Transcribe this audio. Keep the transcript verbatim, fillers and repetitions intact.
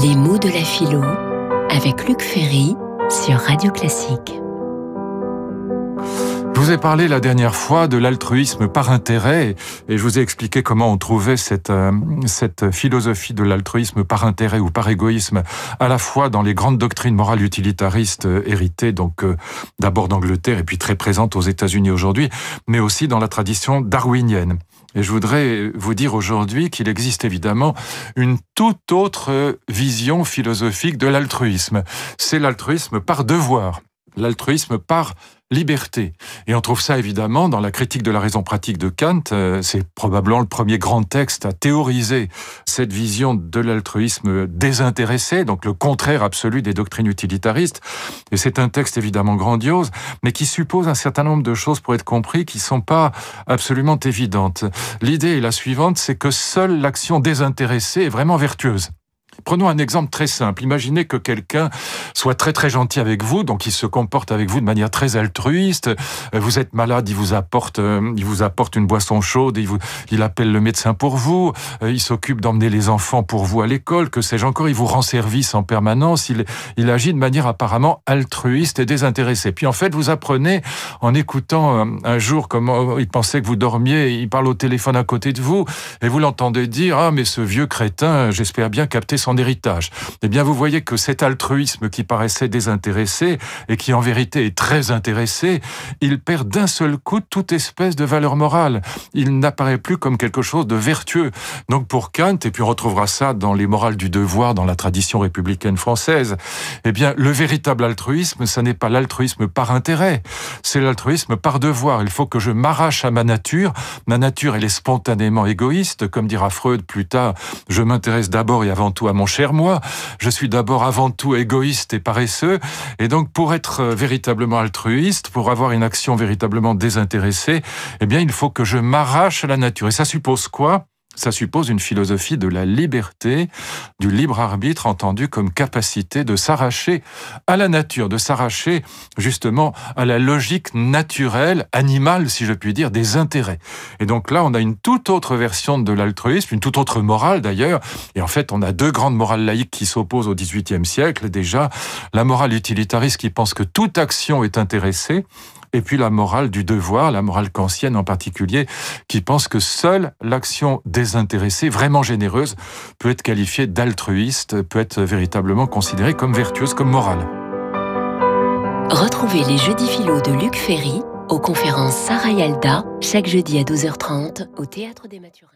Les mots de la philo avec Luc Ferry sur Radio Classique. Je vous ai parlé la dernière fois de l'altruisme par intérêt et je vous ai expliqué comment on trouvait cette, euh, cette philosophie de l'altruisme par intérêt ou par égoïsme à la fois dans les grandes doctrines morales utilitaristes euh, héritées donc euh, d'abord d'Angleterre et puis très présentes aux États-Unis aujourd'hui, mais aussi dans la tradition darwinienne. Et je voudrais vous dire aujourd'hui qu'il existe évidemment une toute autre vision philosophique de l'altruisme. C'est l'altruisme par devoir, l'altruisme par liberté. Et on trouve ça évidemment dans la critique de la raison pratique de Kant. C'est probablement le premier grand texte à théoriser cette vision de l'altruisme désintéressé, donc le contraire absolu des doctrines utilitaristes. Et c'est un texte évidemment grandiose, mais qui suppose un certain nombre de choses pour être compris qui ne sont pas absolument évidentes. L'idée est la suivante, c'est que seule l'action désintéressée est vraiment vertueuse. Prenons un exemple très simple. Imaginez que quelqu'un soit très très gentil avec vous, donc il se comporte avec vous de manière très altruiste. Vous êtes malade, il vous apporte, il vous apporte une boisson chaude, il, vous, il appelle le médecin pour vous, il s'occupe d'emmener les enfants pour vous à l'école, que sais-je encore, il vous rend service en permanence, il, il agit de manière apparemment altruiste et désintéressée. Puis en fait, vous apprenez, en écoutant un jour comment il pensait que vous dormiez, il parle au téléphone à côté de vous, et vous l'entendez dire « Ah, mais ce vieux crétin, j'espère bien capter son héritage ». Eh bien, vous voyez que cet altruisme qui paraissait désintéressé et qui en vérité est très intéressé, il perd d'un seul coup toute espèce de valeur morale. Il n'apparaît plus comme quelque chose de vertueux. Donc pour Kant, et puis on retrouvera ça dans les morales du devoir, dans la tradition républicaine française, eh bien, le véritable altruisme, ça n'est pas l'altruisme par intérêt, c'est l'altruisme par devoir. Il faut que je m'arrache à ma nature. Ma nature, elle est spontanément égoïste. Comme dira Freud plus tard, je m'intéresse d'abord et avant tout à mon cher moi. Je suis d'abord avant tout égoïste et paresseux. Et donc, pour être véritablement altruiste, pour avoir une action véritablement désintéressée, eh bien, il faut que je m'arrache à la nature. Et ça suppose quoi ? Ça suppose une philosophie de la liberté, du libre arbitre entendu comme capacité de s'arracher à la nature, de s'arracher justement à la logique naturelle, animale, si je puis dire, des intérêts. Et donc là, on a une toute autre version de l'altruisme, une toute autre morale d'ailleurs. Et en fait, on a deux grandes morales laïques qui s'opposent au dix-huitième siècle. Déjà, la morale utilitariste qui pense que toute action est intéressée, et puis la morale du devoir, la morale kantienne en particulier, qui pense que seule l'action désintéressée, vraiment généreuse, peut être qualifiée d'altruiste, peut être véritablement considérée comme vertueuse, comme morale. Retrouvez les jeudis philo de Luc Ferry aux conférences Sarah Yalda, chaque jeudi à douze heures trente au Théâtre des Mathurins.